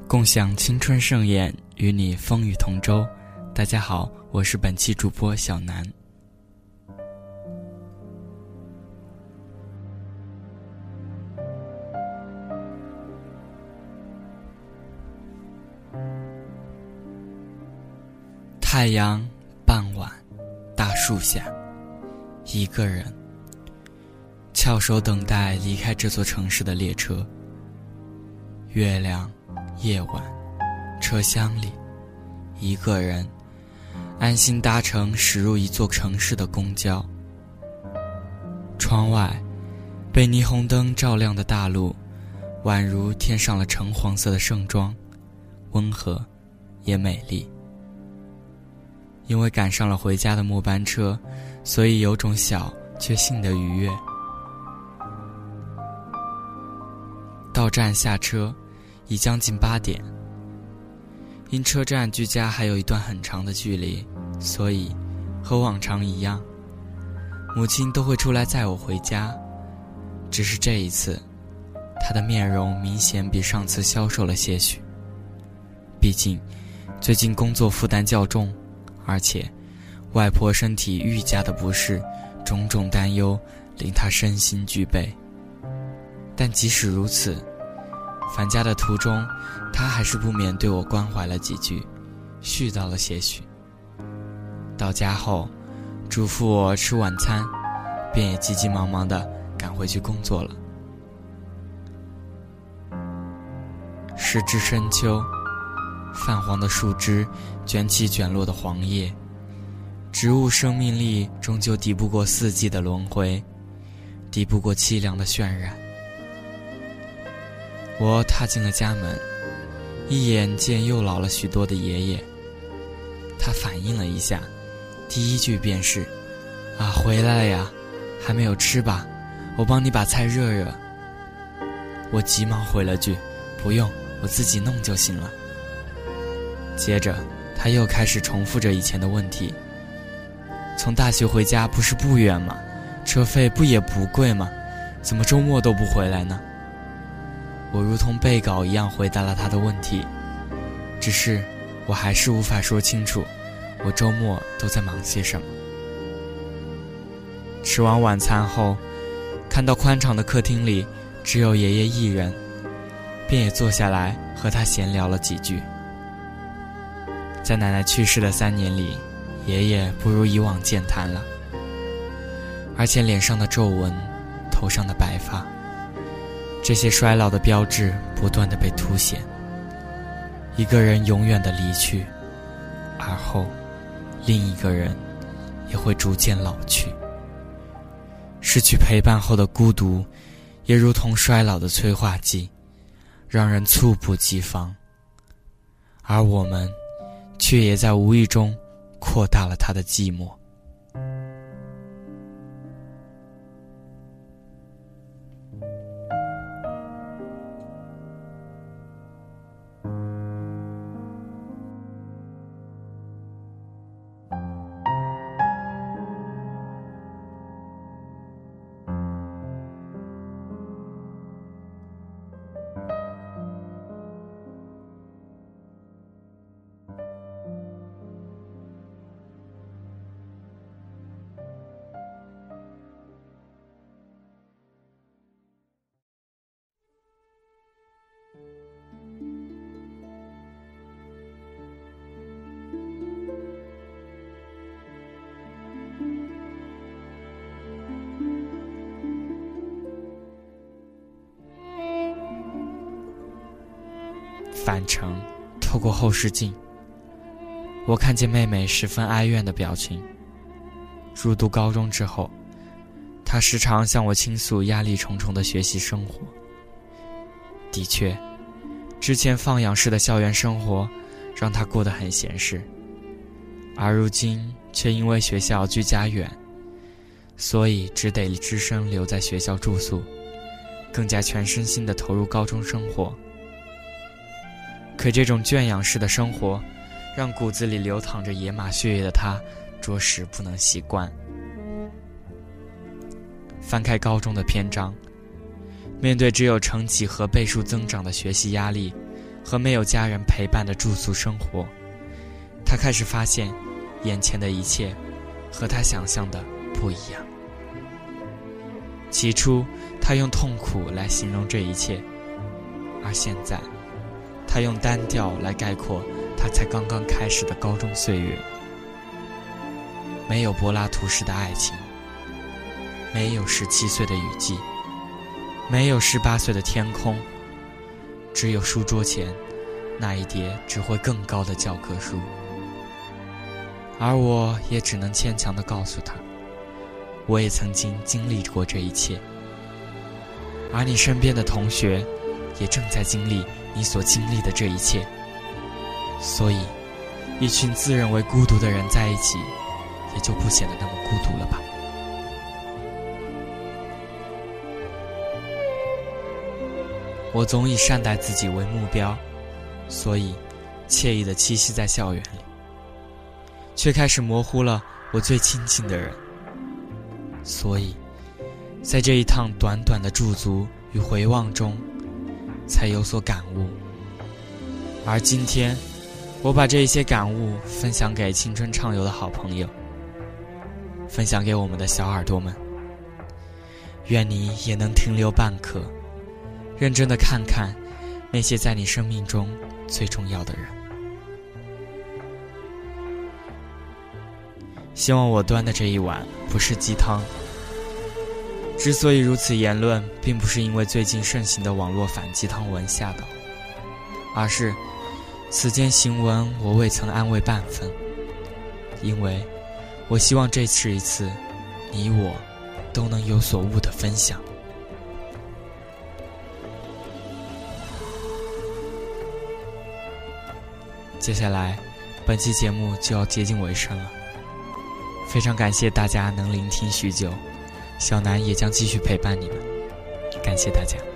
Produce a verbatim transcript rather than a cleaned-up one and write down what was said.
共享青春盛宴，与你风雨同舟。大家好，我是本期主播小南。太阳，傍晚，大树下，一个人翘首等待离开这座城市的列车。月亮，夜晚，车厢里，一个人安心搭乘驶入一座城市的公交。窗外被霓虹灯照亮的大路，宛如添上了橙黄色的盛装，温和也美丽。因为赶上了回家的末班车，所以有种小却性的愉悦。到站下车已将近八点，因车站距家还有一段很长的距离，所以和往常一样，母亲都会出来载我回家。只是这一次，她的面容明显比上次消瘦了些许。毕竟最近工作负担较重，而且外婆身体愈加的不适，种种担忧令她身心俱备。但即使如此，返家的途中，她还是不免对我关怀了几句，絮叨了些许。到家后，嘱咐我吃晚餐，便也急急忙忙地赶回去工作了。时至深秋，泛黄的树枝卷起卷落的黄叶，植物生命力终究敌不过四季的轮回，敌不过凄凉的渲染。我踏进了家门，一眼见又老了许多的爷爷。他反应了一下，第一句便是：啊，回来了呀，还没有吃吧？我帮你把菜热热。我急忙回了句：不用，我自己弄就行了。接着他又开始重复着以前的问题：从大学回家不是不远吗？车费不也不贵吗？怎么周末都不回来呢？我如同背稿一样回答了他的问题，只是我还是无法说清楚我周末都在忙些什么。吃完晚餐后，看到宽敞的客厅里只有爷爷一人，便也坐下来和他闲聊了几句。在奶奶去世的三年里，爷爷不如以往健谈了，而且脸上的皱纹，头上的白发，这些衰老的标志不断地被凸显。一个人永远的离去，而后另一个人也会逐渐老去。失去陪伴后的孤独，也如同衰老的催化剂，让人猝不及防。而我们却也在无意中扩大了他的寂寞。返程，透过后视镜，我看见妹妹十分哀怨的表情。入读高中之后，她时常向我倾诉压力重重的学习生活。的确，之前放养式的校园生活让她过得很闲适，而如今却因为学校距家远，所以只得只身留在学校住宿，更加全身心地投入高中生活。可这种圈养式的生活，让骨子里流淌着野马血液的他，着实不能习惯。翻开高中的篇章，面对只有乘几何倍数增长的学习压力和没有家人陪伴的住宿生活，他开始发现眼前的一切和他想象的不一样。起初他用痛苦来形容这一切，而现在他用单调来概括他才刚刚开始的高中岁月。没有柏拉图式的爱情，没有十七岁的雨季，没有十八岁的天空，只有书桌前那一叠只会更高的教科书。而我也只能牵强地告诉他，我也曾经经历过这一切，而你身边的同学也正在经历你所经历的这一切。所以一群自认为孤独的人在一起，也就不显得那么孤独了吧。我总以善待自己为目标，所以惬意地栖息在校园里，却开始模糊了我最亲近的人。所以在这一趟短短的驻足与回望中，才有所感悟。而今天我把这一些感悟分享给青春畅游的好朋友，分享给我们的小耳朵们，愿你也能停留半刻，认真地看看那些在你生命中最重要的人。希望我端的这一碗不是鸡汤。之所以如此言论，并不是因为最近盛行的网络反鸡汤文吓到，而是此间行文我未曾安慰半分，因为我希望这是一次你我都能有所悟的分享。接下来本期节目就要接近尾声了，非常感谢大家能聆听许久，小南也将继续陪伴你们，感谢大家。